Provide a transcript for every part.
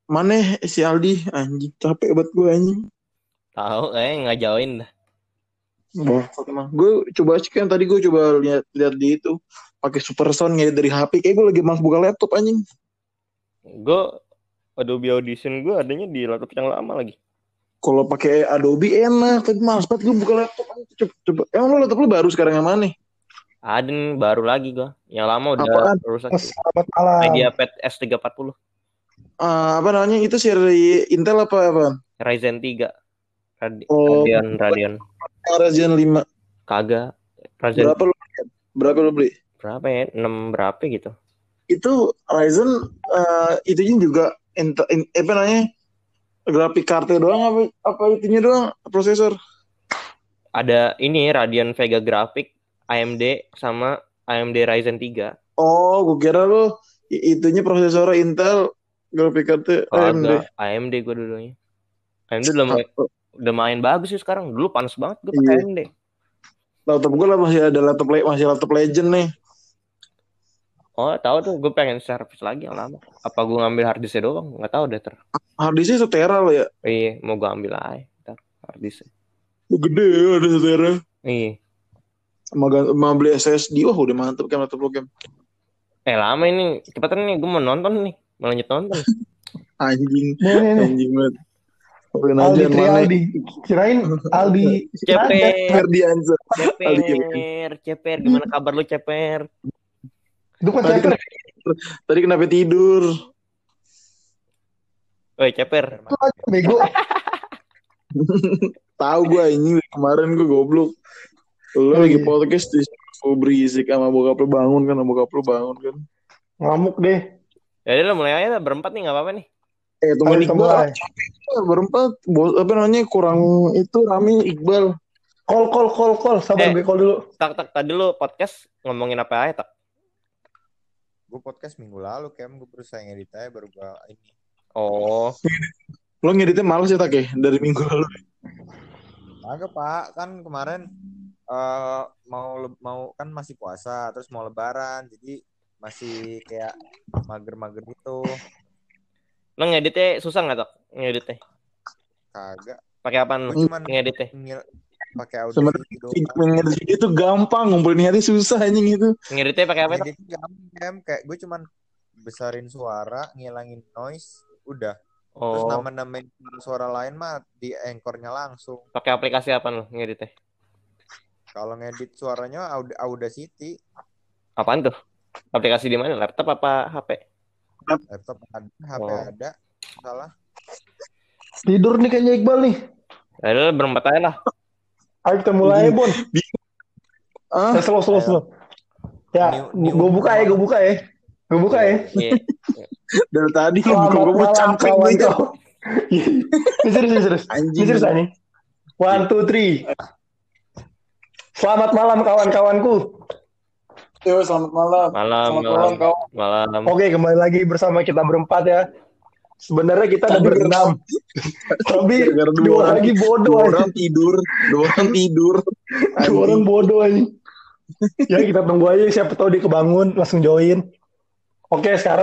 Mana si Aldi anjing capek banget gue anjing. Tahu nggak join dah. Bohong emang. Gue coba sih kan tadi gue coba lihat di itu pakai Super Sound ngedit dari HP. Kayak gue lagi males buka laptop anjing. Gue Adobe Audition gue adanya di laptop yang lama lagi. Kalau pakai Adobe enak, tapi males banget gue buka laptop. Coba. Emang lu laptop lu baru sekarang yang mana? Ada nih baru lagi gue. Yang lama udah Apaan? rusak. Selamat malam. MediaPad S340. Apa namanya itu seri Intel apa? Ryzen 3. Radeon. Ryzen 5. Kagak. Ryzen. Berapa lu beli? Berapa ya? 6 berapa gitu. Itu Ryzen itunya juga apa namanya? Grafik kartu doang apa itunya doang prosesor? Ada ini Radeon Vega Graphic, AMD sama AMD Ryzen 3. Oh, gue kira lu itunya prosesor Intel, grafik kartu AMD. AMD gue dulunya. AMD udah main bagus sih sekarang. Dulu panas banget gue pakai AMD. Laptop gue lah masih laptop legend nih. Oh, tahu tuh gue pengen servis lagi yang lama. Apa gue ngambil harddisknya doang? Nggak tahu deh Harddisknya 1 tera lo ya? Iya, mau gue ambil aja harddisknya. Gede ya, ada 1 tera. Iya. Mau beli SSD, wah udah mantep kan laptop lo Kem. lama ini cepetan nih, gue mau nonton nih, mau lanjut nonton. Anjing banget. Aldi, kirain Aldi Ceper, gimana kabar lu Ceper? Itu kan Ceper. Tadi kenapa tidur? Woi Ceper. Bego. Tahu gue ini kemarin gue goblok. Lu lagi podcast di berisik sama bokap lu bangun kan. Ngamuk deh. Ya udah mulai aja berempat nih, nggak apa-apa nih. Temen Iqbal berempat, apa namanya kurang itu rame Iqbal. Call, sabar gue call dulu. Tak tadi lu podcast ngomongin apa aja tak? Gue podcast minggu lalu gue berusaha ngedit aja baru gue ini. Oh. Lo ngeditnya males ya tak ya dari minggu lalu? Agak Pak, kan kemarin mau kan masih puasa, terus mau lebaran, jadi masih kayak mager-mager gitu. Lo ngeditnya susah nggak tak? Ngeditnya? Kagak. Pakai apaan lo ngeditnya? Pakai Audacity doang. Ngedit itu gampang, ngumpulin hati susah anjing itu. Ngeditnya pakai apa? Ngedit gampang, kayak gue cuman besarin suara, ngilangin noise, udah. Terus nama-namain suara lain mah di Anchor-nya langsung. Pakai aplikasi apa lo ngeditnya? Kalau ngedit suaranya Audacity. Apaan tuh? Aplikasi di mana? Laptop apa HP? Laptop ada, HP ada. Salah. Tidur nih kayaknya Iqbal nih. Ayo berempat aja lah. Ayo kita mulai Bon. Slow. Ya, gue buka ya. Iya. Dari tadi gue malam kawan kau. Serius. Serius anjing. 1, 2, 3. Selamat malam kawan-kawanku. Yo, selamat malam. Malam. Oke, kembali lagi bersama kita berempat ya. Sebenarnya kita ada berenam. Tapi dua lagi bodoh. Dua orang tidur. Dua orang bodoh aja. Ya kita tunggu aja, siapa tahu dia kebangun langsung join. Oke, sekarang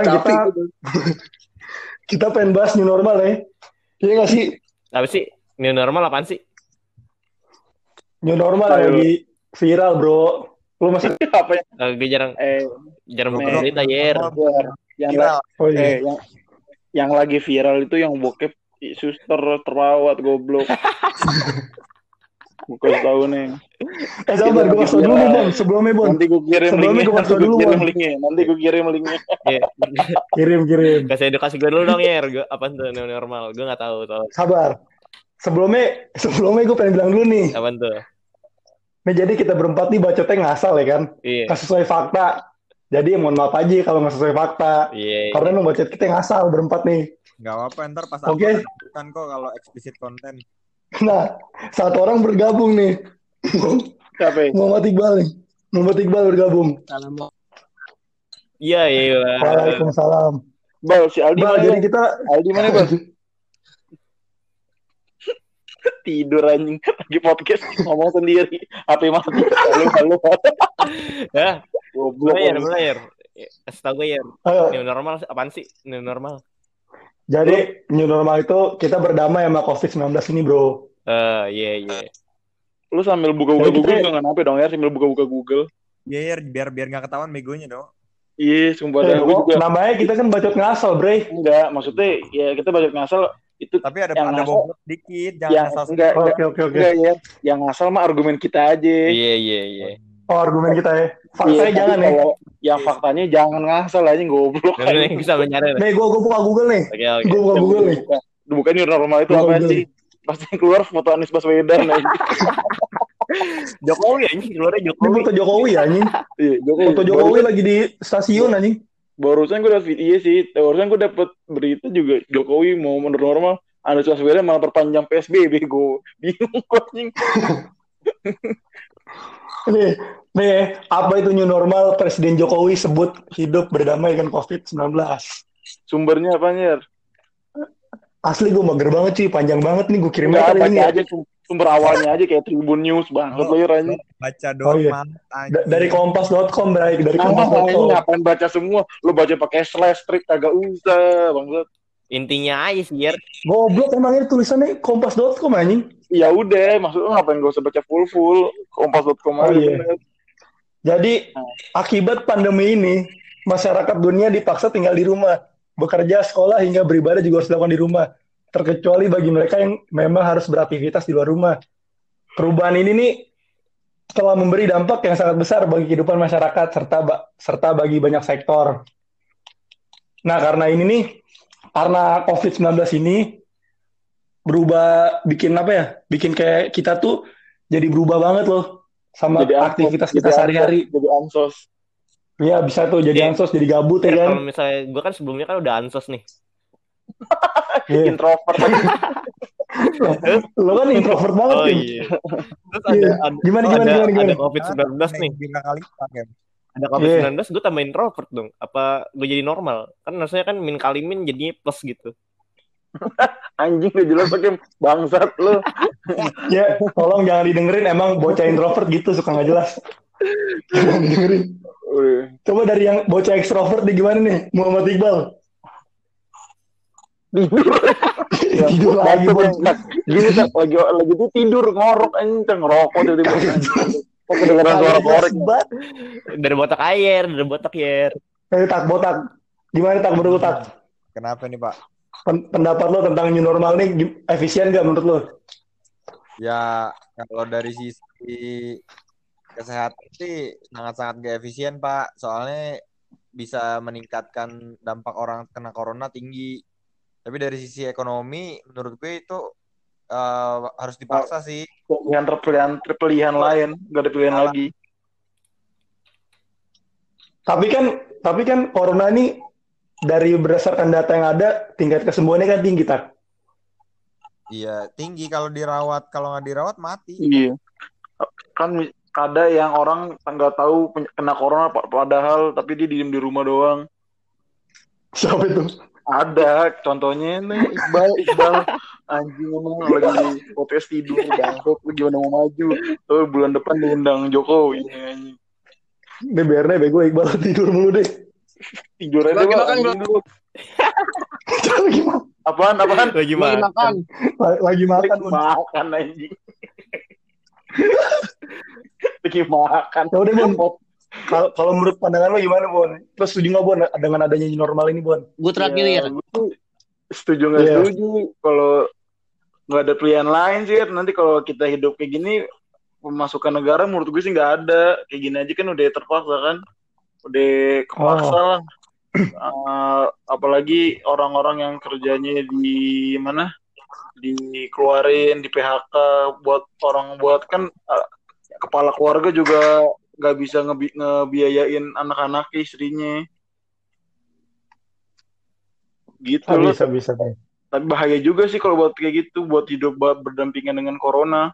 kita pengen bahas new normal ya. Iya nggak sih? Apa sih? New normal apaan sih? New normal lagi viral bro. Lu masih apa ya? Gue jarang buka berita Yang lagi viral itu yang bokep suster terawat goblok. Gue tahu nih. Sabar gue kasih dulu Bon. Sebelumnya Bon. Nanti gue kirim linknya. Kirim. Kasih edukasi gue dulu dong Yer. Apa tuh new normal? Gue nggak tahu. Sabar. Sebelumnya gue pengen bilang dulu nih. Apa tuh? Nah jadi kita berempat nih bacotnya ngasal ya kan? Iya. Nggak sesuai fakta. Jadi mohon maaf aja kalau nggak sesuai fakta. Iya. Karena emang bacot kita ngasal berempat nih. Nggak apa-apa, ntar pas kan kok kalau eksplisit konten. Nah, satu orang bergabung nih. Siapa? Muhammad Iqbal bergabung. Iya. Waalaikumsalam. Bal, si Aldi mana? Jadi kita Aldi mana, Bal? Tidur anjing lagi podcast ngomong sendiri HP mati halo ya goblok Yer kasih tau gue Yer new normal apaan sih new normal Jadi new normal itu kita berdamai sama COVID-19 ini, bro. Iya. Lu sambil buka-buka Jadi kita- Google juga nggak dong ya, sambil buka-buka Google. Iya, biar nggak ketahuan begonya dong. Iya, sumpah dah. Gue kok juga namanya kita kan bacot ngasal, bre. enggak, maksudnya ya kita bacot ngasal itu Tapi ada yang ngasal, bobot dikit, jangan yang asal enggak, Oke. enggak ya. Yang ngasal mah argumen kita aja. Iya. Oh, argumen kita ya. Iya, Faktanya tapi jangan ya. kalau yang faktanya jangan ngasal aja, goblok. Yang bisa mencari. Nih, gue buka Google nih. Oke. Gue buka Google nih. Bukan new normal itu Buka apa Google. sih? Pasti yang keluar foto Anies Baswedan aja. Jokowi anjing, keluarnya Ini Jokowi. foto Jokowi anjing. Iya, Jokowi. Foto Jokowi lagi di stasiun anjing. Barusan gue dapet iya sih, barusan gue dapet berita juga Jokowi mau menurut normal, Anies Baswedan malah perpanjang PSBB, gue bingung kok anjing. Nih, apa itu new normal? Presiden Jokowi sebut hidup berdamai dengan COVID-19. Sumbernya apa Nyer? Asli gue mager banget sih, panjang banget nih gue kirim Enggak, kali baca ini. aja sumber awalnya aja kayak Tribun News banget lo anjing. baca doang, iya. Dari kompas.com, dari Ini kompas.com. ngapain baca semua? Lo baca pakai slash strip kagak usah, bangsat. Intinya aja sih, Yer. Goblok emang ini tulisannya kompas.com anjing. Ya udah, maksud lo ngapain gak usah baca full kompas.com aja. iya. Bener. Jadi akibat pandemi ini, masyarakat dunia dipaksa tinggal di rumah, bekerja, sekolah, hingga beribadah juga harus dilakukan di rumah. Terkecuali bagi mereka yang memang harus beraktivitas di luar rumah. Perubahan ini nih telah memberi dampak yang sangat besar bagi kehidupan masyarakat serta bagi banyak sektor. Nah, karena ini nih, karena COVID-19 ini berubah, bikin kayak kita tuh jadi berubah banget loh sama Jadi ansos, aktivitas kita jadi sehari-hari. Jadi ansos. Iya, bisa tuh jadi Iya. ansos, jadi gabut ya kan. Kalau misalnya gue kan sebelumnya kan udah ansos nih. Iya. Introvert. Lo kan introvert banget, Kim. Iya. Terus Iya. ada Gimana? ada COVID-19 nih. Gila kali pakai. Ada COVID-19 gue tambah introvert dong. Apa gue jadi normal? Kan maksudnya kan min kali min jadinya plus gitu. Anjing gak jelas pakai bangsat lo. Ya, tolong jangan didengerin, emang bocah introvert gitu suka nggak jelas. Jangan didengerin. Coba dari yang bocah ekstrovert nih gimana nih, Muhammad Iqbal? Tidur lagi, Bon. Gini lagi tuh tidur ngorok anjing ngerokok tiba-tiba. Kok kedengeran suara korek. Dari botak air, dari botak air. Tak botak. Gimana tak menurut tak? Kenapa nih, Pak? Pendapat lo tentang new normal ini efisien gak menurut lo? Ya, kalau dari sisi kesehatan sih sangat-sangat gak efisien, Pak. Soalnya bisa meningkatkan dampak orang kena corona tinggi. Tapi dari sisi ekonomi, menurut gue itu harus dipaksa sih. Pilihan lain, gak ada pilihan lagi. Tapi kan corona ini dari berdasarkan data yang ada, tingkat kesembuhannya kan tinggi, tak? Iya, tinggi kalau dirawat. Kalau nggak dirawat, mati. Iya. Kan ada yang orang nggak tahu kena corona padahal tapi dia diem di rumah doang. Siapa itu? Ada, contohnya nih Iqbal anjing ngomong lagi podcast tidur bangkok gimana mau maju. Tuh bulan depan diundang Jokowi anjing. Ini biar deh bego Iqbal tidur mulu deh. Tidur aja Lagi Bang. makan, Bang. Lagi makan. Apaan? Lagi makan. Lagi makan. Makan anjing. Lagi makan. Ya udah, Bon. Kalau menurut pandangan lo gimana, Bon? Terus setuju nggak, Bon, dengan adanya new normal ini, Bon? Gue terakhir Ya, ya. gue tuh setuju nggak Iya. setuju. Kalau nggak ada pilihan lain sih, nanti kalau kita hidup kayak gini, pemasukan negara menurut gue sih nggak ada. Kayak gini aja kan udah terpaksa kan, udah kepaksa lah. Apalagi orang-orang yang kerjanya di mana, dikeluarin, di PHK, buat kan kepala keluarga juga nggak bisa ngebiayain anak-anak istrinya. Gitu loh. Bisa. Tapi bahaya juga sih kalau buat kayak gitu, buat hidup berdampingan dengan corona.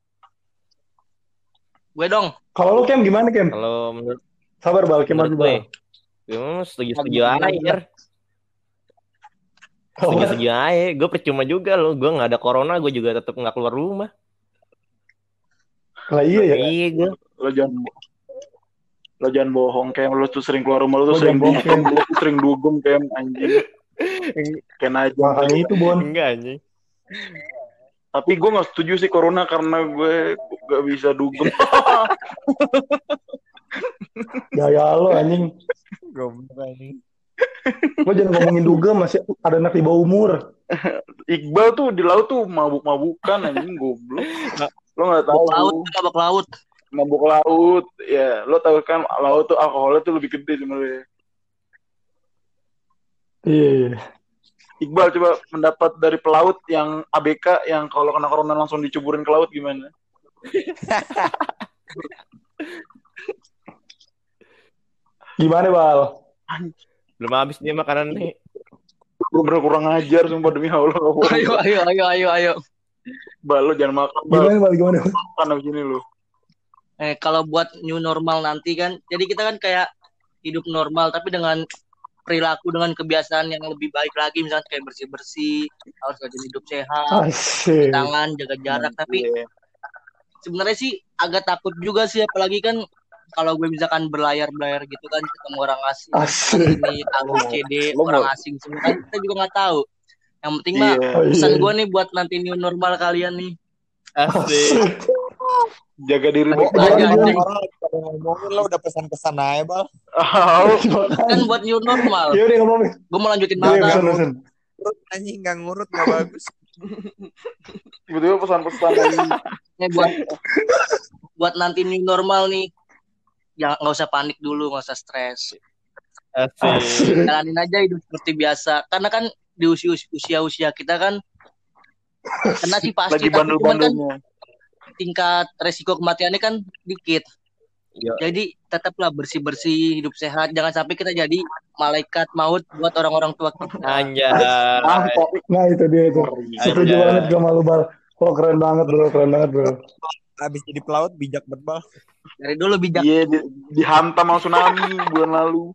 Gue dong. Kalau lo, Kem, gimana, Kem? Kalau menurut Sabar, Bal. Kem, menurut Bal. gue memang setuju aja, Yer. Setuju aja. Gue percuma juga loh. Gue nggak ada corona, gue juga tetap nggak keluar rumah. Lah iya ya. Iya gue. Lo jangan bohong kayak lo tuh sering keluar rumah, lo tuh Lo sering jangan bohong, dugem, lo tuh sering dugem kayak anjing. Kena aja. Makanya itu Bon. Enggak anjing. Tapi gue nggak setuju sih corona karena gue gak bisa dugem. Gaya lo anjing. Goblok anjing. Lo jangan ngomongin duga masih ada anak di bawah umur. Iqbal tuh di laut tuh mabuk-mabukan anjing goblok. Lo nggak tahu. Mabuk laut. Mabuk laut. Ya, lo tahu kan laut tuh alkoholnya tuh lebih gede sebenarnya. Iya. Iqbal coba pendapat dari pelaut yang ABK yang kalau kena corona langsung dicuburin ke laut gimana? Gimana Bal? Belum habis dia makanan nih. Gue bener kurang ajar sumpah demi Allah. Ayo. Bal, lo jangan makan Bal. Gimana? Makan abis ini lo. Kalau buat new normal nanti kan, jadi kita kan kayak hidup normal tapi dengan perilaku, dengan kebiasaan yang lebih baik lagi, misalnya kayak bersih-bersih, harus rajin hidup sehat, Asik. tangan, jaga jarak. Tapi sebenarnya sih agak takut juga sih, apalagi kan kalau gue misalkan berlayar gitu kan, ketemu orang asing, Asik. ini ABCD, orang asing semua kan, kita juga nggak tau. Yang penting mah pesan gue nih buat nanti new normal kalian nih. Asik. Jaga diri. Orang pada ngomongin lo udah pesan-pesan aja Bal. Kan buat new normal. Ya udah ngomongin. Gue mau lanjutin Iya, makan. pesan. Ngurut anjing, nggak ngurut nggak bagus. Tiba-tiba pesan-pesan lagi. Nih buat nanti new normal nih. Jangan, nggak usah panik dulu, nggak usah stres. Asik. Jalanin aja hidup seperti biasa. Karena kan di usia kita kan kena sih pasti. Lagi bandel-bandelnya. Tingkat resiko kematiannya kan dikit. Iya. Jadi tetaplah bersih-bersih, hidup sehat. Jangan sampai kita jadi malaikat maut buat orang-orang tua kita. Anjay. Nah itu dia itu. Setuju Anjay. banget gue malu Bal. Oh keren banget bro. Abis jadi pelaut bijak banget Bal. Dari dulu bijak. Iya, dihantam sama tsunami bulan lalu.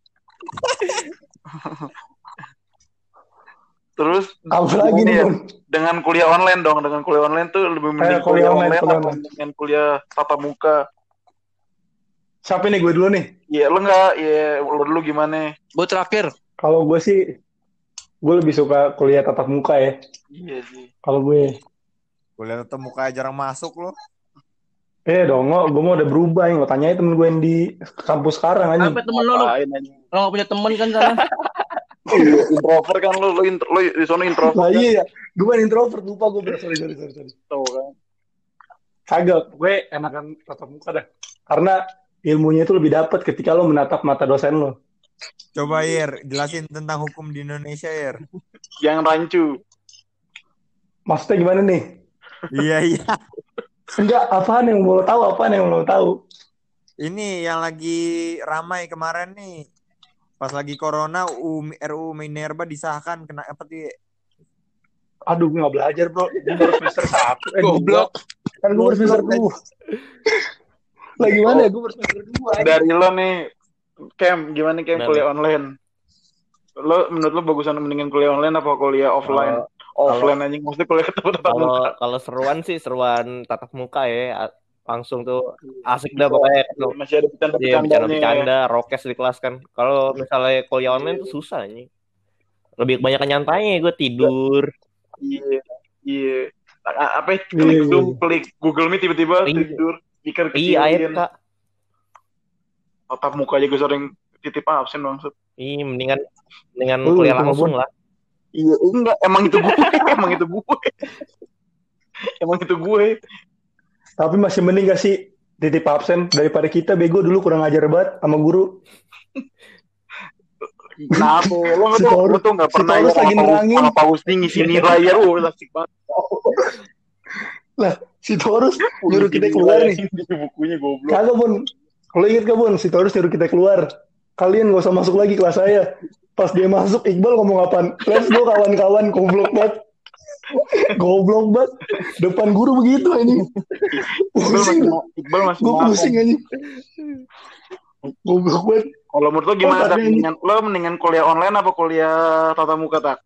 Terus Apa lagi nih ya, Bon? dengan kuliah online dong, dengan kuliah online tuh lebih mending kuliah kuliah online, online kuliah atau online. dengan kuliah tatap muka. Siapa nih gue dulu nih? Iya, lo enggak, ya lo dulu gimana? Gue terakhir. Kalau gue sih, gue lebih suka kuliah tatap muka ya. Iya sih. Kalau gue, Kuliah tetap muka jarang masuk lo. dong, gue mau udah berubah yang lo tanyain temen gue yang di kampus sekarang aja. Apa temen lo? Ngapain anjing? Lo gak punya temen kan sana? Iya, introvert kan lo di sana introvert. Lah Kan? iya, gue kan introvert, lupa gue sorry. Tahu kan? Kagak, gue enakan tatap muka dah. Karena ilmunya itu lebih dapat ketika lo menatap mata dosen lo. Coba Ir, jelasin tentang hukum di Indonesia Ir. Yang rancu. Maksudnya gimana nih? Iya. Enggak, apaan yang mau lo tahu? Ini yang lagi ramai kemarin nih. Pas lagi corona RUU Minerba disahkan, kena apa sih? Aduh, gue gak belajar bro. Gue baru semester 1. Goblok. Kan gue baru semester 2. Lagi mana ya? Gue baru semester 2. Dari lo nih, Cam, gimana Cam kuliah online? Lo menurut lo bagusan mendingan kuliah online apa kuliah offline? Offline anjing, maksudnya kuliah ketemu tatap muka. Kalau seruan sih seruan tatap muka ya. Langsung tuh asik dah pokoknya. Masih ada bercanda-bercandanya. Bercanda, rokes di kelas kan. Kalau misalnya kuliah online tuh susah nih. Lebih banyak nyantainya, gue tidur. Iya. Apa klik Zoom, klik Google Meet tiba-tiba tidur. Speaker kecilin. Iya, air Kak. Tatap muka aja gue sering titip absen maksud. Iya, mendingan kuliah langsung lah. Iya, enggak, emang itu gue. Tapi masih mending gak sih titip absen daripada kita bego dulu kurang ajar banget sama guru. Kenapa? Lo tuh gak pernah Taurus lagi nerangin. sama Paus nih ngisi nilai ya. Asik banget. Lah, si Taurus nyuruh kita keluar nih. Di bukunya goblok. Kagak Bun. Kalau inget gak Bun, si Taurus nyuruh kita keluar. Kalian gak usah masuk lagi kelas saya. Pas dia masuk, Iqbal ngomong apaan? Let's go kawan-kawan, goblok banget. Goblok banget. Depan guru begitu ini. Iqbal masih gue pusing aja. Goblok banget. Kalau menurut lo gimana? Lo mendingan kuliah online apa kuliah tatap muka tak?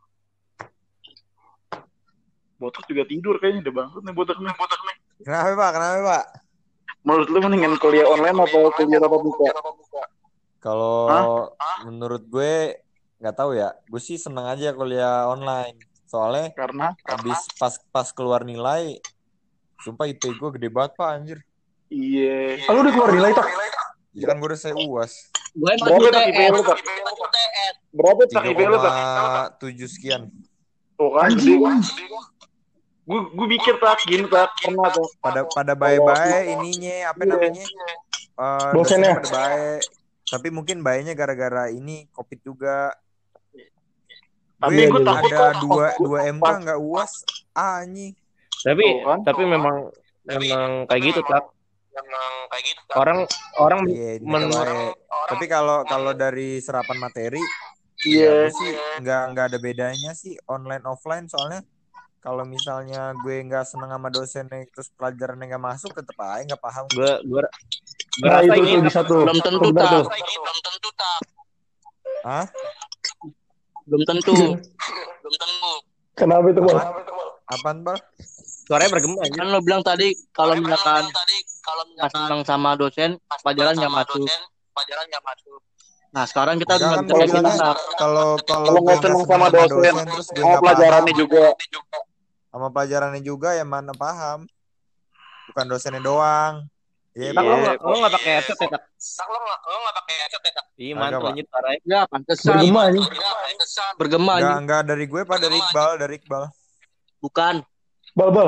Botak juga tidur kayaknya, udah bangkrut nih botak nih. Kenapa Pak? Menurut lo mendingan kuliah online apa kuliah tatap muka? Kalau menurut gue nggak tahu ya. Gue sih seneng aja kuliah online. Soalnya Karena habis pas keluar nilai, sumpah IP gue gede banget Pak anjir. iya. Ah, lu udah keluar nilai tak? Ya kan gue udah saya UAS. Gue maju Berapa tak IP lu, TS. tak? Berapa tak IP lu, tak? 3,7 sekian. Tuh kan, gede kan? Gue mikir tak, gini tak, pernah tuh. Pada baik-baik ininya apa namanya? Dosennya. Pada baik. Tapi mungkin baiknya gara-gara ini COVID juga. Tapi gue Iya, takut Ada kok. 2 MK nggak UAS. Anjing. Tapi memang kayak gitu tak. Orang Iya, ini baik. Tapi kalau dari serapan materi, Iya. ya gue sih nggak ada bedanya sih online offline. Soalnya kalau misalnya gue nggak seneng sama dosennya terus pelajarannya nggak masuk, tetep aja nggak paham. gue Nah, rasa itu ini tuh bisa tuh. Belum tentu Benar tuh. tak. Hah? Belum tentu. Kenapa itu, Bang? Apaan Bal? suaranya bergema aja. Kan lo bilang tadi kalau misalkan pas senang sama dosen, pelajaran nggak masuk. Nah, sekarang kita Enggak nggak kan bisa gue kayak bilangnya gitu. kalau Kalau gue nggak nggak seneng seneng sama dosen, terus gue sama nggak pelajarannya paham, juga. sama pelajarannya juga ya mana paham, bukan dosennya doang. Iya, Tak, Bang. lo nggak pakai headset ya tak? Iya Agak, mantul Pak. lanjut suaranya. Ya, pantesan. Bergema nih. Bergema Enggak, anjing. enggak dari gue Pak, dari Iqbal. Bukan. Bal.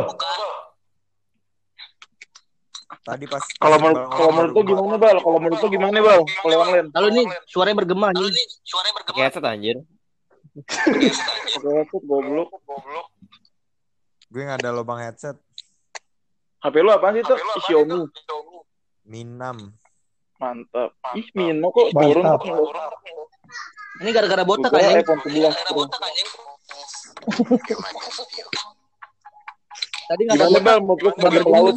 Tadi pas Kalau Iqbal menurut lu gimana, Bal? Kalau menurut lu gimana, Bal? Kalau online. Lalu nih suaranya bergema anjing. Pakai headset anjir. Pakai headset goblok. gue nggak ada lubang headset. HP lu apaan sih tuh? Xiaomi. Mi 6. Mantap. Ih, Mino kok turun. Mantap. Ini gara-gara botak Gua anjing. iPhone 11 turun. Tadi nggak ada Gimana, botak. Bal? Menurut lu sebagai pelaut?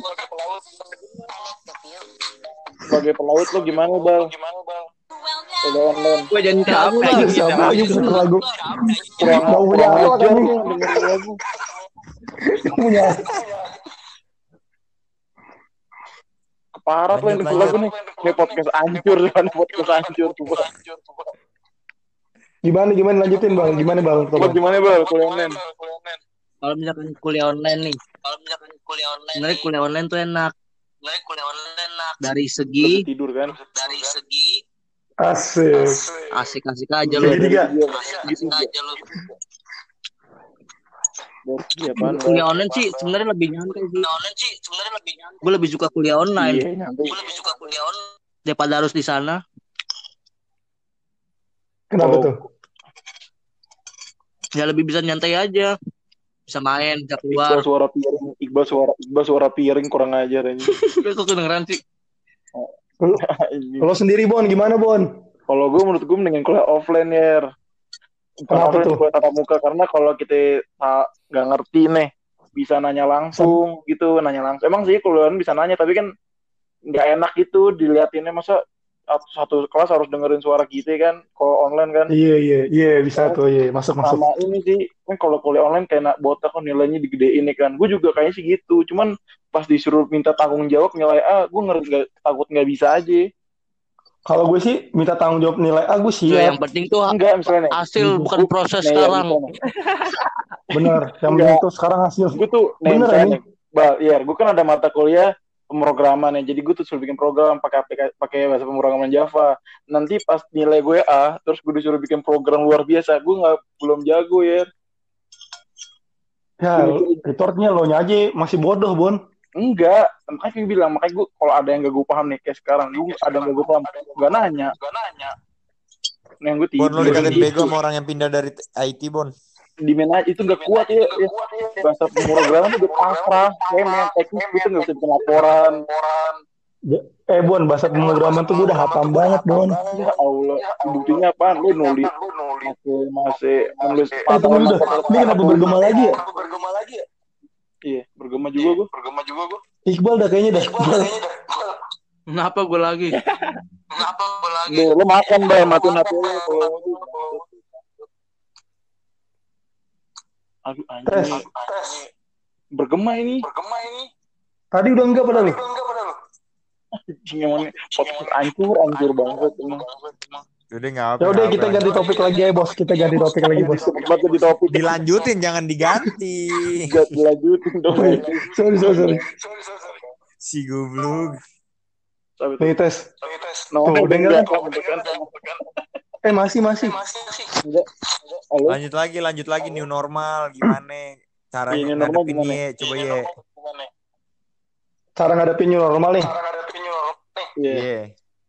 Sebagai pelaut lu gimana, Bal? Udah online. Gue jangan kamu lah. Siapa lagi satu lagu? Kurang Mau punya kurang apa ajar kan? lu dengerin lagu. Punya. Keparat lo yang denger lagu nih. Ini podcast hancur, podcast hancur. Gimana lanjutin, Bang? Gimana, Bang? Lo gimana, Bal? Kuliah online. Kalau misalkan kuliah online nih, sebenarnya kuliah online tuh enak. Dari segi Tidur kan? Asik. asik-asik aja lu. Jadi gak? Gitu aja. Iya, apaan, Bal? Kuliah online sih sebenarnya lebih nyantai sih. Gue lebih suka kuliah online Iya, nyantai. daripada harus di sana. Kenapa Oh. tuh? Ya lebih bisa nyantai aja. Bisa main, bisa Iqbal keluar. suara piring kurang ajar ini. Kok kedengeran sih? Lo sendiri, Bon, gimana, Bon? Kalau gue menurut gue mendingan kuliah offline ya. Bukan Kenapa offline, tuh? kuliah tatap muka karena kalau kita nggak ngerti nih bisa nanya langsung gitu, nanya langsung. Emang sih kuliah online bisa nanya tapi kan nggak enak gitu diliatinnya, masa satu kelas harus dengerin suara kita kan kalau online kan. Iya, bisa tuh, iya. Masuk. Sama ini sih kan kalau kuliah online kayak botak kan nilainya digedein nih kan. Gue juga kayaknya sih gitu. Cuman pas disuruh minta tanggung jawab nilai A, gue takut nggak bisa aja. Kalau gue sih minta tanggung jawab nilai A, gue Ya, yang siap. penting tuh Enggak misalnya nih. hasil bukan proses Nih, sekarang. Bener. Yang Enggak. penting tuh sekarang hasil. Gue tuh Bener, misalnya ini. nih, Bal, ya gue kan ada mata kuliah pemrograman ya. Jadi gue tuh suruh bikin program pakai bahasa pemrograman Java. Nanti pas nilai gue A, terus gue disuruh bikin program luar biasa, gue belum jago ya. Ya, retortnya lo aja masih bodoh, Bon. Enggak, makanya gue bilang, makanya gue kalau ada yang gak gue paham nih kayak sekarang, gue ada yang gak gue paham, gak nanya. Nah, yang gue Bon, lo dikatain tidur bego sama orang yang pindah dari IT, Bon. di mana itu gak kuat ya. Bahasa pemrograman itu udah pasrah, kayak teknis gitu gak bisa bikin laporan. Bon, bahasa pemrograman tuh gue udah hatam banget, Bon. Ya Allah, buktinya apaan? Lu masih nulis Tunggu udah. Ini kenapa bergema lagi ya? Iya, bergema juga gue. Iqbal dah kayaknya dah. Kenapa gue lagi? Duh, lu makan, Bay, matiin HP lu. Aduh, anjing. Bergema ini. Tadi udah enggak pada lu? Gimana? Podcast hancur banget emang. Udah nggak apa. Ya udah nggak kita apa. ganti topik lagi ya bos. Kita ganti topik lagi bos. Sempat di topik. Dilanjutin jangan diganti. Gak dilanjutin dong. Sorry. Si goblok. Nih tes. No, Tuh, udah denger kan? Masih. Halo? Lanjut lagi new normal gimana caranya New normal ngadepin gimana? ye, coba ye. Cara ngadepin new normal nih. Iya. Iya.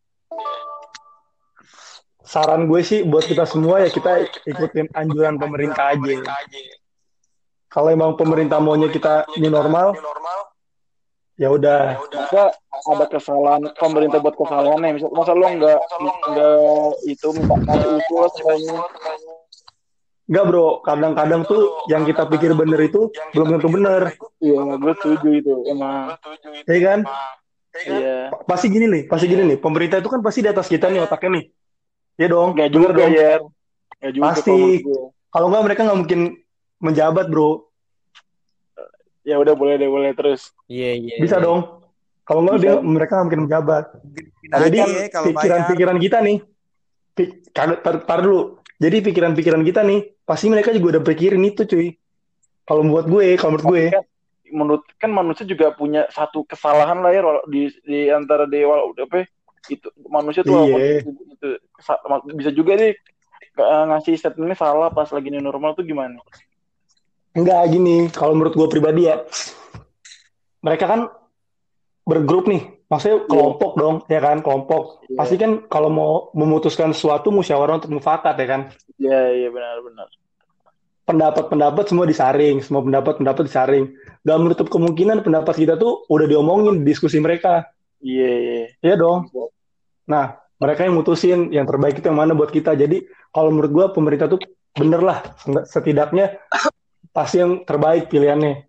Saran gue sih buat kita semua ya kita ikutin anjuran pemerintah aja. Kalau emang pemerintah maunya kita new normal, ya udah. Masa ada kesalahan pemerintah buat kesalahannya? Masa lo nggak itu minta kasih usul katanya? Enggak bro, kadang-kadang tuh yang kita pikir bener itu belum tentu bener. Iya, gue setuju itu emang. Ya kan? Iya. Pasti gini nih. Pemerintah itu kan pasti di atas kita nih otaknya nih. Ya dong. Gak bener juga dong. ya. Gak juga. Pasti. Kalau nggak mereka nggak mungkin menjabat bro. Ya udah boleh terus. Iya. Bisa dong. Kalau nggak mereka nggak mungkin menjabat. Jadi kalau pikiran kita nih. Tar dulu. Jadi pikiran kita nih, pasti mereka juga udah pikirin itu cuy. Kalau menurut gue. Kan manusia juga punya satu kesalahan lah ya di antara dewa apa itu manusia tuh itu bisa juga nih ngasih statementnya salah pas lagi new normal tuh gimana? Enggak gini, kalau menurut gue pribadi ya, mereka kan bergrup nih, maksudnya kelompok dong, ya kan kelompok. Iya. Pasti kan kalau mau memutuskan sesuatu musyawarah untuk mufakat ya kan. Iya benar. Pendapat semua disaring, semua pendapat disaring. Gak menutup kemungkinan pendapat kita tuh udah diomongin di diskusi mereka. Iya. Iya dong. Nah, mereka yang mutusin yang terbaik itu yang mana buat kita. Jadi kalau menurut gue pemerintah tuh bener lah, setidaknya pasti yang terbaik pilihannya.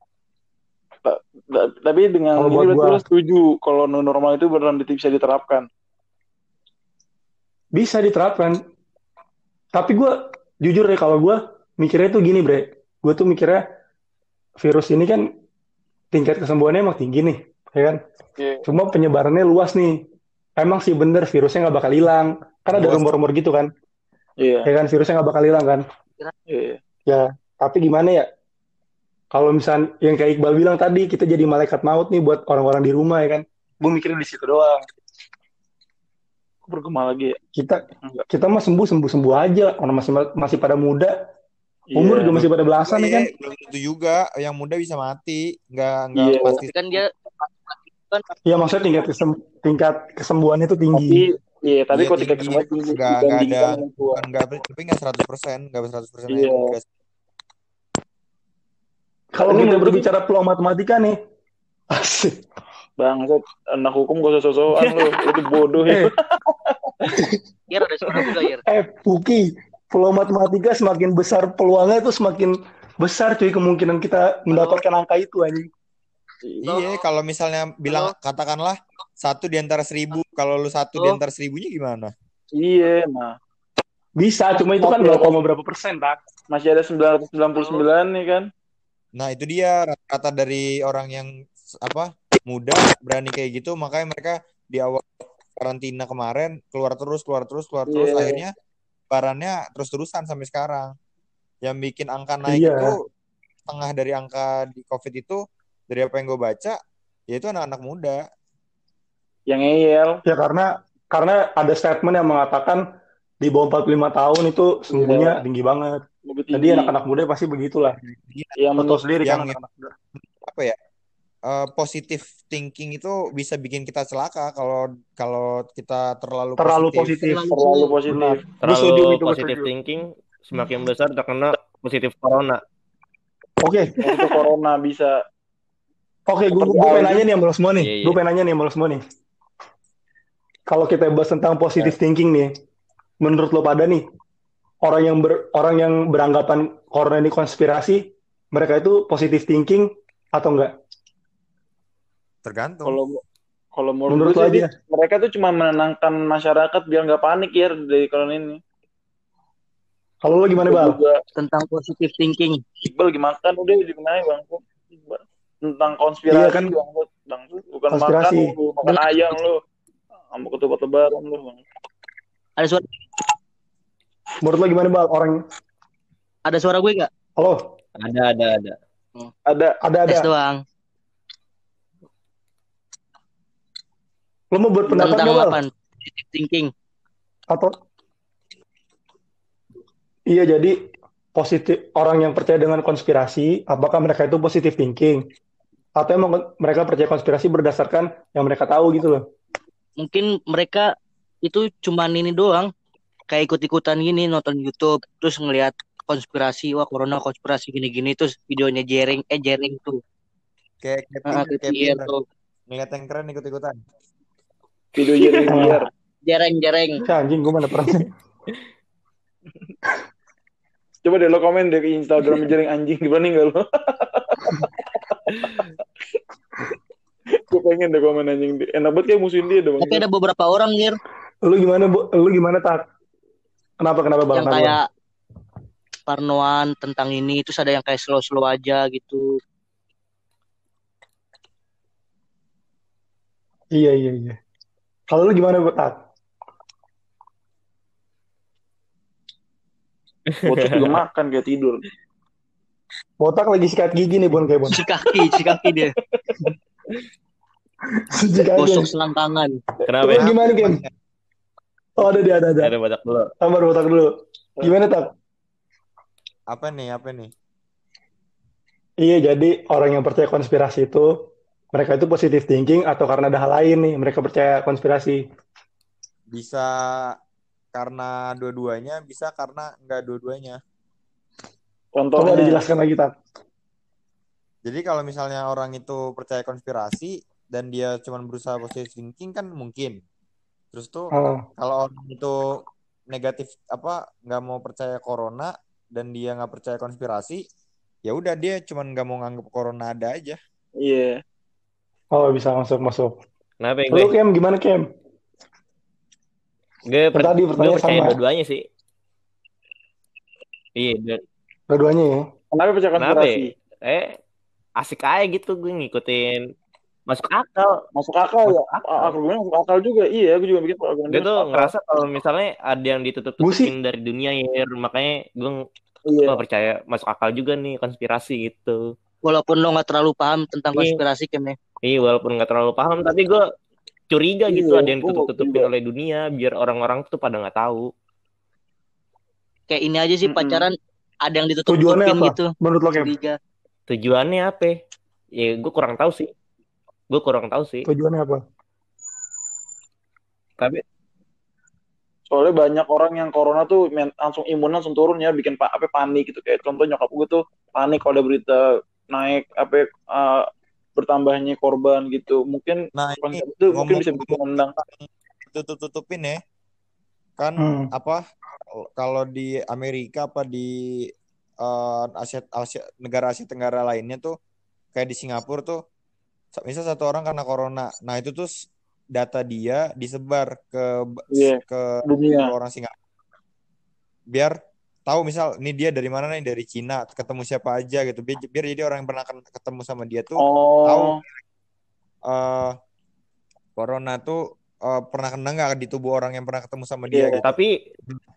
Tapi dengan kalau ini berarti lo setuju kalau new normal itu beneran bisa diterapkan? Bisa diterapkan. Tapi gue jujur ya kalau gue mikirnya tuh gini bre. Gue tuh mikirnya virus ini kan tingkat kesembuhannya emang tinggi nih, ya kan? Yeah. Cuma penyebarannya luas nih. Emang sih bener virusnya nggak bakal hilang. Kan ada rumor-rumor gitu kan? Iya. Ya kan virusnya nggak bakal hilang kan? Iya. Ya, tapi gimana ya? Kalau misalnya yang kayak Iqbal bilang tadi, kita jadi malaikat maut nih buat orang-orang di rumah ya kan? Gue mikirnya di situ doang. Bergema lagi ya? Kita mah sembuh aja. Orang masih pada muda. Umur juga masih pada belasan ya kan? Belum tentu juga yang muda bisa mati, nggak pasti. Kan dia Iya maksudnya tingkat kesembuhan itu tinggi. Tapi kok tingkat kesembuhan tinggi tapi nggak 100%, nggak 100%. Iya. Kalau kita berbicara peluang matematika nih, asik. Bangsat, anak hukum gak usah-sosokan lu, itu bodoh ya. Iya ada suara juga ya. Puki, peluang matematika semakin besar peluangnya itu semakin besar cuy kemungkinan kita mendapatkan angka itu anjing. Iya, kalau misalnya bilang katakanlah 1 di antara 1.000, kalau lu 1 di antara 1.000-nya gimana? Iya, nah. Bisa, cuma itu kan 0, berapa persen, tak? Masih ada 999 nih kan. Nah, itu dia rata dari orang yang muda berani kayak gitu, makanya mereka di awal karantina kemarin keluar terus akhirnya barannya terus-terusan sampai sekarang. Yang bikin angka naik itu setengah dari angka di COVID itu dari apa yang gue baca, yaitu anak-anak muda. Yang ngeyel. Ya karena ada statement yang mengatakan di bawah 45 tahun itu sembuhnya tinggi banget. Jadi anak-anak muda pasti begitulah. Yang betul sendiri kan anak-anak muda. Apa ya? Positive thinking itu bisa bikin kita celaka kalau kita terlalu positif. Terlalu positive thinking semakin besar terkena positif corona. Oke. Itu corona bisa. Oke, gue pengen nanya nih sama lo semua nih. Gue pengen nanya nih sama lo semua nih. Kalau kita bahas tentang positive thinking nih, menurut lo pada nih, orang yang beranggapan corona ini konspirasi, mereka itu positive thinking atau enggak? Tergantung. Kalau menurut gue sih, mereka tuh cuma menenangkan masyarakat biar nggak panik ya dari corona ini. Kalau lo gimana, Bal? Tentang positive thinking. Iqbal gimana kan udah dikenai Bang. Tentang konspirasi kan? Bang. Bukan konspirasi. Makan ayam lo. Sama ketupat lebaran lo, Bang. Ada suara Menurut lo gimana bang? ada suara gue nggak? Halo, Ada. ada. Tes doang. Lo mau berpendapat Tentang nggak bang? apaan? Positive thinking. Atau iya jadi positif orang yang percaya dengan konspirasi, apakah mereka itu positive thinking? Atau emang mereka percaya konspirasi berdasarkan yang mereka tahu gitu loh? Mungkin mereka itu cuman ini doang, kayak ikut-ikutan gini nonton YouTube, terus ngelihat konspirasi, wah corona konspirasi gini-gini, terus videonya Jering tuh. Kayak Kayak Pierre Pierre tuh. ngeliat yang keren ikut-ikutan. Video Jering biar. Jering. Si anjing gue mana pernah. Coba deh lo komen deh ke Instagram Jering anjing gimana nggak lo? Gue pengen deh komen anjing. Enak banget kayak musuhin dia dong. Tapi ada beberapa orang Nir Lu gimana tak? Kenapa bang? yang kayak parnoan tentang ini, terus ada yang kayak slow aja gitu. Iya. Kalau lu gimana tak? Bocok juga makan kayak tidur. Botak lagi sikat gigi nih Bon kayak Bon. Si kaki dia. Gosok selangkangan. Kenapa Lu ya? gimana Ken? Oh ada. Ada botak dulu. Sabar botak dulu. Gimana tak? Apa nih? Iya jadi orang yang percaya konspirasi itu mereka itu positive thinking atau karena ada hal lain nih mereka percaya konspirasi? Bisa karena dua-duanya, bisa karena enggak dua-duanya. Coba dijelaskan lagi tak. Jadi kalau misalnya orang itu percaya konspirasi dan dia cuma berusaha positive thinking kan mungkin. Terus tuh kalau orang itu negatif nggak mau percaya corona dan dia nggak percaya konspirasi, ya udah dia cuma nggak mau nganggap corona ada aja. Iya. Oh bisa masuk. Kenapa ya Lu Kem gimana Kem? Gue percaya sama. dua-duanya sih. Iya. Dua-duanya ya. Kenapa percaya konspirasi? Asik aja gitu gue ngikutin. Masuk akal ya. Aku bilang masuk akal juga. Iya, aku juga mikir argumen dia tuh ngerasa kalau misalnya ada yang ditutup-tutupin dari dunia ya, makanya gue percaya masuk akal juga nih konspirasi gitu. Walaupun lo nggak terlalu paham tentang konspirasi Kem ya. Iya, walaupun nggak terlalu paham, tapi gue curiga gitu ada yang ditutup-tutupin oleh dunia biar orang-orang tuh pada nggak tahu. Iya. Kayak ini aja sih pacaran ada yang ditutup-tutupin gitu. Menurut lo Kem? Tujuannya apa? Ya gue kurang tahu sih. Tujuannya apa? Tapi soalnya banyak orang yang corona tuh langsung imunnya langsung turun ya, bikin panik gitu. Kayak contoh nyokap gue tuh panik kalau ada berita naik bertambahnya korban gitu. Mungkin itu mungkin bisa bikin nendang. Tutupin ya. Kan kalau di Amerika di negara Asia Tenggara lainnya tuh kayak di Singapura tuh misal satu orang karena corona, nah itu tuh data dia disebar ke dunia orang Singapura biar tahu misal ini dia dari mana nih, dari Cina, ketemu siapa aja gitu, biar jadi orang yang pernah ketemu sama dia tuh tahu corona tuh pernah kena nggak di tubuh orang yang pernah ketemu sama dia gitu. Tapi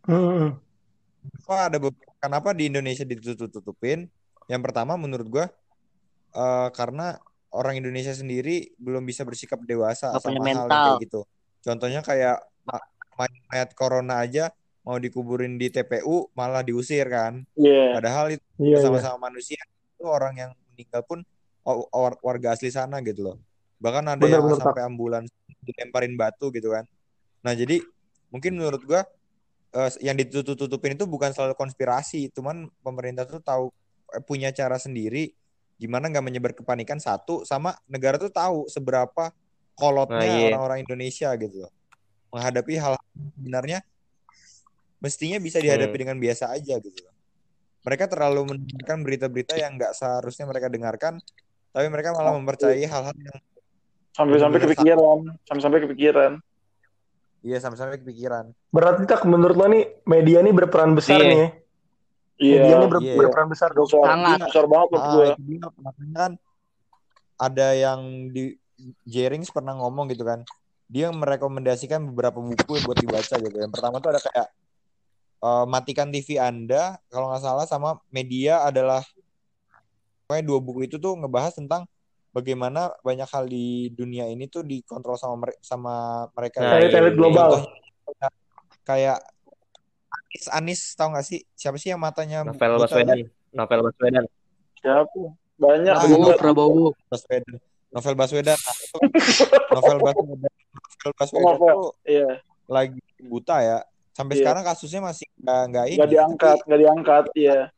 kenapa di Indonesia ditutup-tutupin? Yang pertama menurut gue karena orang Indonesia sendiri belum bisa bersikap dewasa sama hal kayak gitu. Contohnya kayak mayat corona aja mau dikuburin di TPU malah diusir kan. Padahal itu sama-sama manusia. Itu orang yang meninggal pun warga asli sana gitu loh. Bahkan ada yang sampai ambulans dilemparin batu gitu kan. Nah jadi mungkin menurut gua yang ditutup-tutupin itu bukan selalu konspirasi, cuman pemerintah tuh tahu punya cara sendiri gimana nggak menyebar kepanikan, satu sama negara tuh tahu seberapa kolotnya orang-orang Indonesia gitu loh menghadapi hal sebenarnya mestinya bisa dihadapi dengan biasa aja gitu loh. Mereka terlalu mendengarkan berita-berita yang nggak seharusnya mereka dengarkan, tapi mereka malah mempercayai hal-hal yang sampai kepikiran. Iya, sampai kepikiran. Berarti menurut lo nih media nih berperan besar nih ya? Media ini berperan besar dong. Sangat besar banget buat gue. Makanya kan ada yang di Jerings pernah ngomong gitu kan. dia merekomendasikan beberapa buku buat dibaca gitu. Yang pertama tuh ada kayak Matikan TV Anda kalau nggak salah, sama Media adalah, pokoknya 2 buku itu tuh ngebahas tentang bagaimana banyak hal di dunia ini tuh dikontrol sama mereka. Nah, elit global. Contohnya, kayak Anis tahu nggak sih siapa sih yang matanya Novel buta? Baswedan. Siapa? Banyak. Prabowo. Novel Baswedan. Novel Baswedan tuh lagi buta ya. Sampai sekarang kasusnya masih nggak diangkat, iya.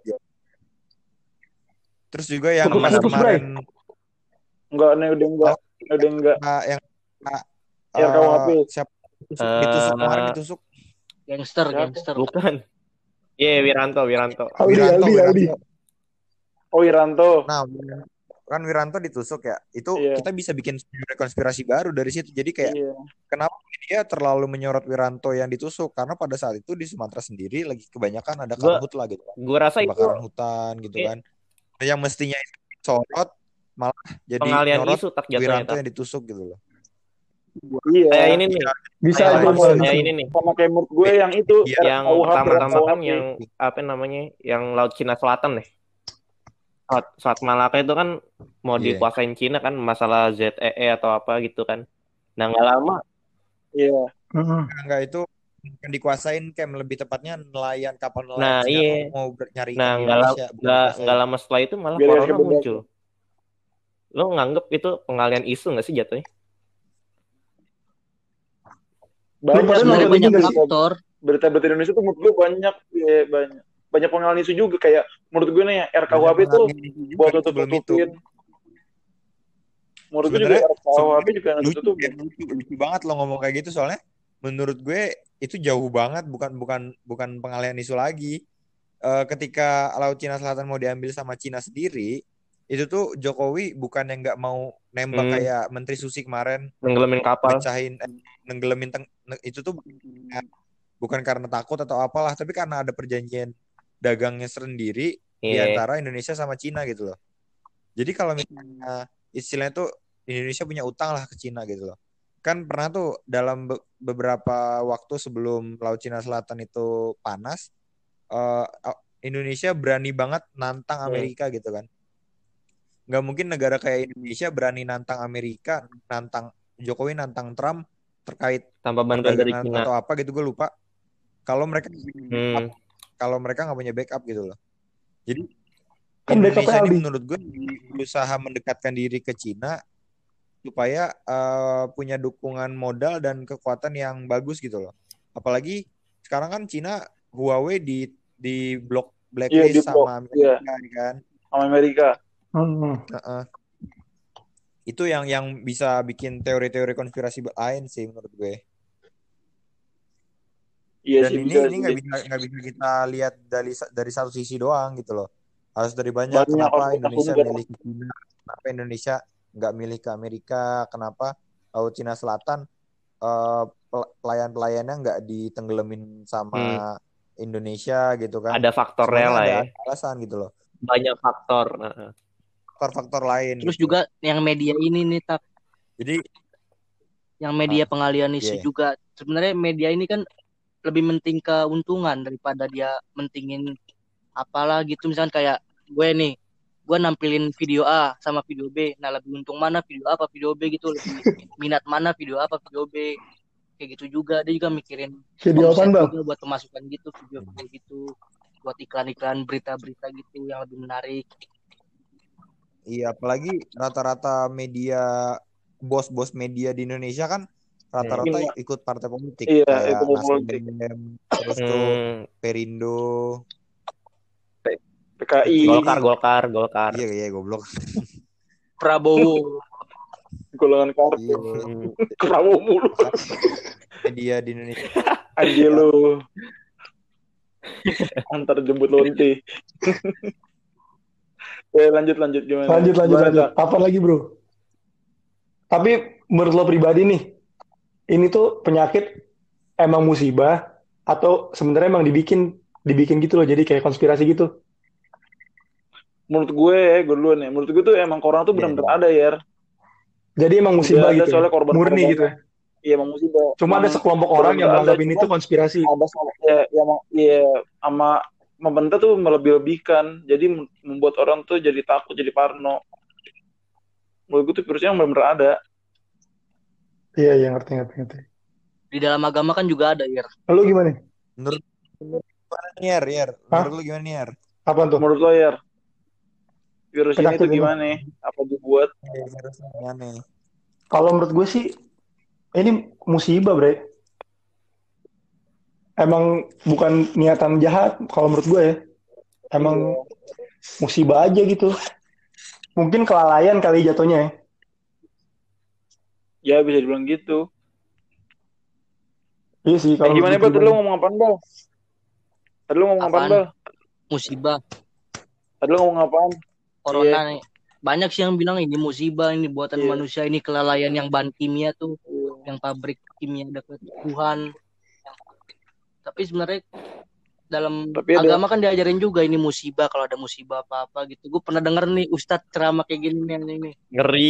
Terus juga yang kemarin udah enggak. Yang RKUHP. Siapa ditusuk kemarin ditusuk? Gangster. Bukan. Iya, Wiranto. Aldi. Oh, Wiranto. Nah, kan Wiranto ditusuk ya. Itu kita bisa bikin konspirasi baru dari situ. Jadi kayak kenapa dia terlalu menyorot Wiranto yang ditusuk? Karena pada saat itu di Sumatera sendiri lagi kebanyakan ada karhutlah gitu. Gue rasa kebakaran hutan gitu kan. Yang mestinya itu disorot malah jadi pengalian nyorot isu tak Wiranto yang ditusuk gitu loh. Iya. Kayak ini nih. Bisa kayak ini nih. Sama kayak menurut gue yang itu yang pertama-tama kan yang apa namanya? Yang Laut Cina Selatan nih. Saat Malaka itu kan mau dikuasain Cina kan, masalah ZEE atau apa gitu kan. Nah, nggak lama. Iya. Enggak, itu yang dikuasain Kem, lebih tepatnya nelayan kapal nelayan. Nah, iya. Mau nyari nggak lama setelah itu malah corona muncul. Lo nganggep itu pengalian isu nggak sih jatuhnya? Banyak faktor. Berita-berita Indonesia tuh menurut gue banyak pengalian isu juga, kayak menurut gue nih RKUHP tuh buat tutup-tutupin. Menurut gue juga RKUHP juga lucu banget lo ngomong kayak gitu, soalnya menurut gue itu jauh banget, bukan pengalian isu lagi. Ketika Laut Cina Selatan mau diambil sama Cina sendiri, itu tuh Jokowi bukan yang nggak mau nembak kayak Menteri Susi kemarin, nenggelamin kapal, nenggelamin itu tuh bukan karena takut atau apalah, tapi karena ada perjanjian dagangnya sendiri di antara Indonesia sama Cina gitu loh. Jadi kalau misalnya istilahnya tuh Indonesia punya utang lah ke Cina gitu loh. Kan pernah tuh dalam beberapa waktu sebelum Laut Cina Selatan itu panas, Indonesia berani banget nantang Amerika gitu kan. Nggak mungkin negara kayak Indonesia berani nantang Amerika, nantang Jokowi, nantang Trump terkait tanpa bantuan dari Cina atau apa gitu, gue lupa. Kalau mereka nggak punya backup gitu loh. Jadi kan Indonesia ini menurut gue berusaha mendekatkan diri ke Cina supaya punya dukungan modal dan kekuatan yang bagus gitu loh. Apalagi sekarang kan Cina Huawei di blacklist sama Amerika kan. Sama Amerika. Itu yang bisa bikin teori-teori konspirasi lain sih menurut gue. Iya, dan ini nggak bisa kita lihat dari satu sisi doang gitu loh. Harus dari banyak. Kenapa Indonesia milih ke Cina? Kenapa Indonesia nggak milih ke Amerika? Kenapa Laut Cina Selatan pelayan-pelayannya nggak ditenggelamin sama Indonesia gitu kan? Ada faktornya lah ya. Ada alasan gitu loh. Banyak faktor. Faktor lain. Terus gitu. Juga yang media ini nih tak. Jadi yang media pengalian isu juga. Sebenarnya media ini kan lebih menting keuntungan daripada dia mentingin apalah gitu. Misalkan kayak gue nampilin video A sama video B, nah lebih untung mana video A apa video B gitu, lebih minat mana video A apa video B, kayak gitu juga. Dia juga mikirin video apa juga buat pemasukan gitu, video gitu, buat iklan-iklan berita-berita gitu yang lebih menarik. Iya, apalagi rata-rata media, bos-bos media di Indonesia kan rata-rata ikut partai politik. Iya, kayak Nasdem, terus tuh Perindo, PKI, Golkar. Iya, goblok. Prabowo. Golongan kartu. Prabowo mulu. Media di Indonesia. Angelo. Antar jemput lonte. Lanjut gimana? Lanjut. Apa lagi, Bro? Tapi menurut lo pribadi nih, ini tuh penyakit emang musibah atau sebenarnya emang dibikin gitu loh, jadi kayak konspirasi gitu? Menurut gue duluan ya. Menurut gue tuh emang corona tuh benar-benar ada ya. Jadi emang musibah gitu. Soalnya korban murni gitu. Iya emang musibah. Cuma ada sekelompok orang yang menganggap ini tuh konspirasi. Ada sama pemerintah tuh melebih-lebihkan. Jadi membuat orang tuh jadi takut, jadi parno. Menurut gue tuh virusnya yang benar-benar ada. Iya, ngerti. Di dalam agama kan juga ada, Ir. Lalu gimana? Menurut gimana nih, Yer? Menurut lu gimana nih, Yer? Apa tuh? Menurut lo, Yer? Virus ini tuh gimana? Apa dibuat? Virusnya gimana? Kalau menurut gue sih, ini musibah, Bre. Emang bukan niatan jahat, kalau menurut gue ya. Emang musibah aja gitu. Mungkin kelalaian kali jatuhnya ya. Ya bisa dibilang gitu. Iya sih. Kalau gimana Bal? Tadi lu ngomong apaan Bal? Musibah. Tadi lu ngomong apaan? Corona nih. Banyak sih yang bilang ini musibah, ini buatan manusia, ini kelalaian yang bahan kimia tuh, yang pabrik kimia dekat Wuhan. Tapi sebenarnya dalam agama kan diajarin juga ini musibah, kalau ada musibah apa-apa gitu. Gue pernah denger nih Ustadz ceramah kayak gini nih. Ngeri.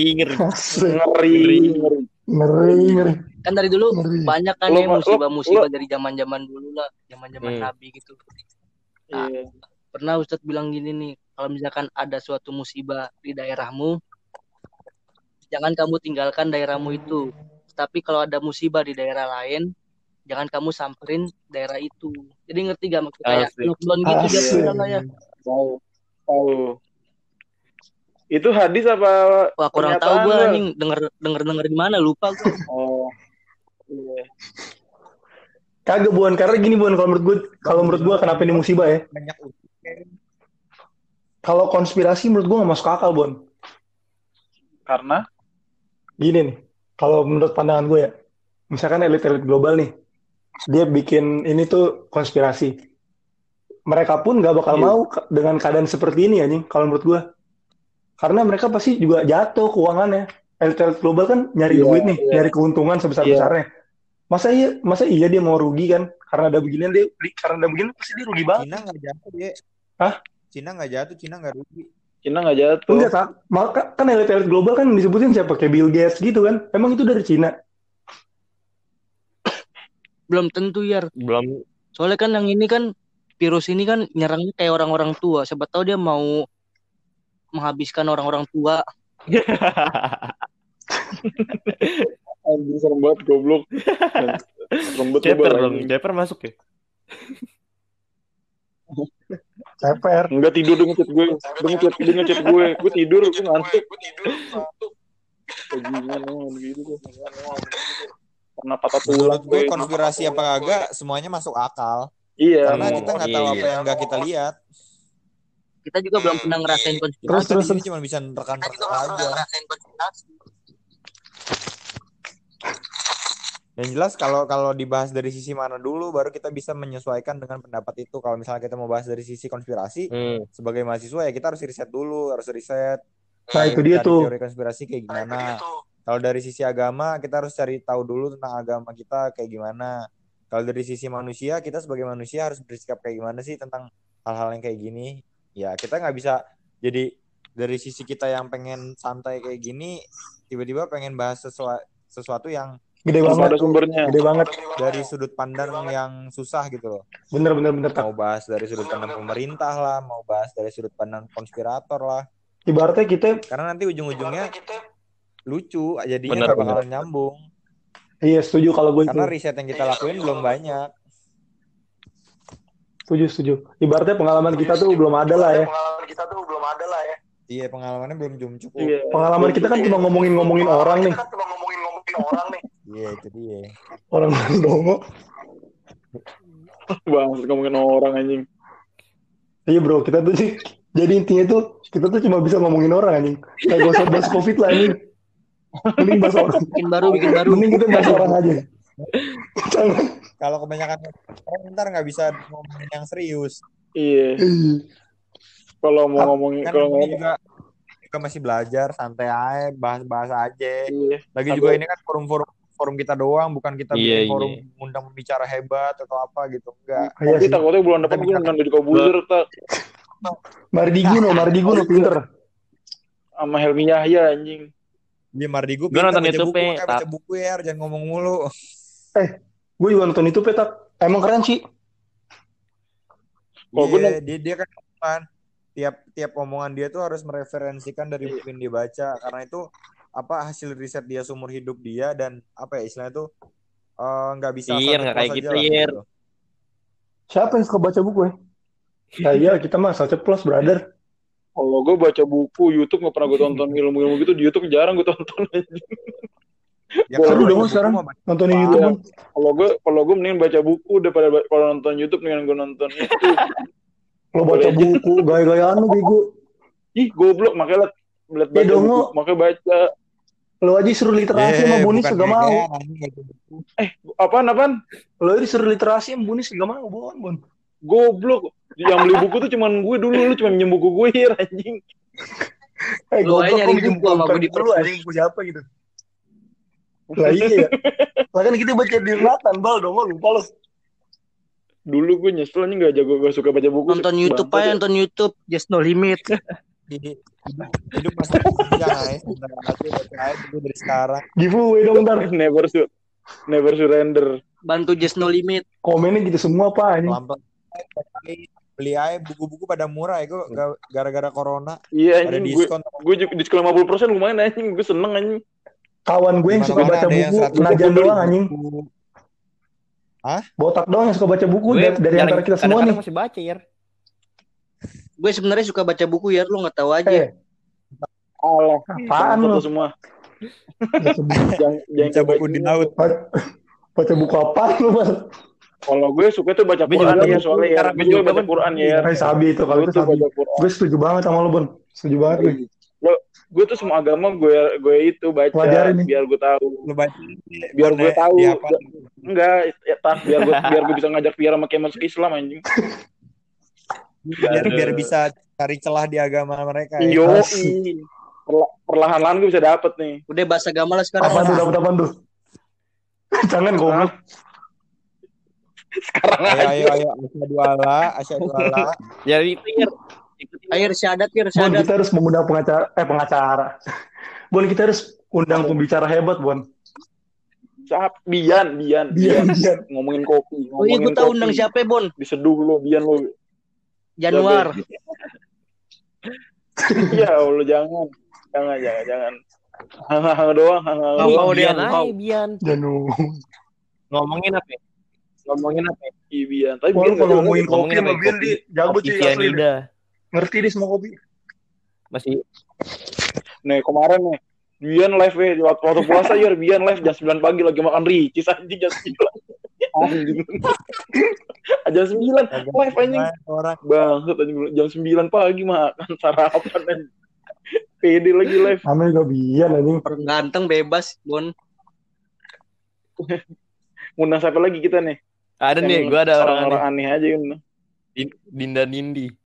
Kan dari dulu banyak kan ya musibah dari zaman-zaman dulu lah, zaman-zaman Nabi gitu. Nah, pernah Ustadz bilang gini nih, kalau misalkan ada suatu musibah di daerahmu, jangan kamu tinggalkan daerahmu itu. Tapi kalau ada musibah di daerah lain, jangan kamu samperin daerah itu. Jadi ngerti gak maksudnya kayak lockdown gitu jatuhnya lah ya. Tahu. Itu hadis apa? Wah kurang tahu gue anjing, denger di mana lupa gue. Oh. Iya. Kagak Buan, karena gini Buan, kalau menurut gue kenapa ini musibah ya? Kalau konspirasi menurut gue gak masuk akal Buan. Karena? Gini nih, kalau menurut pandangan gue ya, misalkan elit-elit global nih, dia bikin ini tuh konspirasi. Mereka pun gak bakal mau dengan keadaan seperti ini anjing, kalau menurut gue. Karena mereka pasti juga jatuh keuangannya. Elit-elit global kan nyari duit nih, nyari keuntungan sebesar-besarnya. Masa iya dia mau rugi kan? Karena ada beginian pasti dia rugi banget. Cina nggak jatuh dia. Hah? Cina nggak jatuh, Cina nggak rugi. Cina nggak jatuh. Enggak kan elit-elit global kan disebutin siapa? Kayak Bill Gates gitu kan? Emang itu dari Cina? Belum tentu ya. Belum. Soalnya kan yang ini kan virus ini kan nyerangnya kayak orang-orang tua. Siapa tahu dia mau menghabiskan orang-orang tua. Anjir serem banget goblok. Ceper masuk ya? Ceper. Enggak tidur dia ngechat gue. Gue tidur, gue ngantuk. Gimana gitu kok. Karena patah tulang. Menurut gue konspirasi apa kagak semuanya masuk akal. Iya. Karena kita nggak tahu apa yang nggak kita lihat. Kita juga belum pernah ngerasain konspirasi. Terus cuma bisa rekan-rekan aja. Yang jelas kalau dibahas dari sisi mana dulu baru kita bisa menyesuaikan dengan pendapat itu. Kalau misalnya kita mau bahas dari sisi konspirasi sebagai mahasiswa ya kita harus riset dulu, harus riset. Nah, itu dia tuh. Teori konspirasi kayak gimana. Kalau dari sisi agama kita harus cari tahu dulu tentang agama kita kayak gimana. Kalau dari sisi manusia kita sebagai manusia harus bersikap kayak gimana sih tentang hal-hal yang kayak gini. Ya kita nggak bisa jadi dari sisi kita yang pengen santai kayak gini tiba-tiba pengen bahas sesuatu yang gede banget sumbernya. Gede banget dari sudut pandang yang susah gitu loh. Bener. Mau bahas dari sudut pandang pemerintah lah, mau bahas dari sudut pandang konspirator lah. Ibaratnya kita karena nanti ujung-ujungnya lucu jadinya nggak bakalan nyambung. Iya setuju kalau gue karena riset yang kita lakuin belum banyak. Setuju. Ibaratnya pengalaman kita tuh belum ada lah ya. Iya, pengalamannya belum cukup. Iya. Pengalaman kita kan cuma ngomongin orang nih. Iya, itu dia. Orang dongo. Bang, ngomongin orang anjing. Iya, Bro, kita tuh sih jadi intinya tuh kita tuh cuma bisa ngomongin orang anjing. Kayak gak usah bahas Covid lah anjing. Mending bahas orang. Bikin baru. Mending kita bahas orang aja. Kalau kebanyakan orang ntar nggak bisa ngomongin yang serius. Iya. Kalau mau ngomongin kan juga masih belajar santai aja, bahas aja. Iya. Lagi juga ini kan forum kita doang, bukan kita bikin forum undang pembicara hebat atau apa gitu. Enggak. Tapi takutnya bulan depan gue undang Deddy Kobuzer tak. Mardi Guno pinter. Sama Helmi Yahya anjing. Iya, Mardigu Gue nonton baca YouTube buku, makanya baca buku ya, jangan ngomong mulu. Gue juga nonton itu petak. Emang keren sih. Iya, dia kan tiap omongan dia tuh harus mereferensikan dari buku yang dibaca, karena itu hasil riset dia seumur hidup dia, dan istilahnya tuh nggak bisa Iya, nggak kayak gitu, Yer. gitu. Siapa yang suka baca buku ya? Ya iya, kita mah asal ceplos, brother. Kalau gue baca buku, YouTube nggak pernah gue tonton ilmu-ilmu gitu. Di YouTube jarang gue tonton. Ya, Seru dong sekarang nontonin YouTube. Kalau gue mending baca buku daripada kalau nonton YouTube, mendingan gue nonton itu. Lo baca buku, gaya-gayaan lu bego. Ih, goblok, makanya liat baca buku, makanya baca. Lo aja suruh literasi sama Bunis gak mau. Apaan? Lo aja disuruh literasi sama Bunis gak mau, Bon. Goblok. Yang beli buku tuh cuman gue dulu, lu cuma minjem buku gue ya, anjing. Lo aja nyari buku sama gue di perpus. Buku siapa gitu. Lah iya. Lah kan kita baca di Natan, Bal dong, lupa lo. Dulu gue nyesel nih gak suka baca buku. Nonton YouTube aja, nonton YouTube, Just No Limit. Hidup masih panjang, guys. Baca aja dulu dari sekarang. Giveaway dong, ntar. Never surrender. Bantu Just No Limit. Komennya gitu semua, Pak. Beli aja buku-buku pada murah ya, gue gara-gara corona. Iya, ada diskon. Gue juga diskon 50% lumayan anjing, gue seneng anjing. Kawan gue yang suka baca buku, Najan doang anjing. Hah? Botak doang yang suka baca buku dari antara kita semua nih. Masih baca, Yer. Gue sebenarnya suka baca buku ya, lu nggak tahu aja. Allah, apaan lu semua? Baca buku di laut. Baca buku apa lu, Mas? Kalau gue suka tuh baca Quran ya, soalnya ya. Gue juga baca Quran ya. Sabi itu, kalau itu sabi. Gue setuju banget sama lu, Bon. Setuju banget nih. Gue tuh semua agama gue itu baca biar gue tahu. Biar gue tahu. Enggak, biar gue bisa ngajak Piara sama Kemal ke Islam anjing. Biar bisa cari celah di agama mereka. Yo, perlahan-lahan gue bisa dapet nih. Udah bahasa agama lah sekarang. Apaan tuh? Jangan goblok. Sekarang ayo asyhadu alla. Ya itu Yer. Ayo syahadat. Bon, kita harus mengundang pengacara. Bon, kita harus undang pembicara hebat, Bon. Bian. Ngomongin kopi. Oh iya, gue tahu undang siapa, Bon? Diseduh lo, Bian lo. Januar. Ya Allah, jangan. Hang doang. Bian. Januar. Ngomongin apa? Bian. Tapi Bian kalau ngomongin kopi sama Bian dia jago cuy asli. Ngerti dia semua kopi. Masih. Nih kemarin nih Bian live waktu puasa ya, Bian live jam 9 pagi lagi makan ricis anjing jam 9. Jam 9 live anjing. Banget anjing jam 9 pagi makan sarapan anjing. Pede lagi live. Namanya juga Bian anjing. Ganteng bebas, Bon. Ngundang siapa lagi kita nih? Ada nih, gue ada orang aneh aja kan. Dinda Nindi.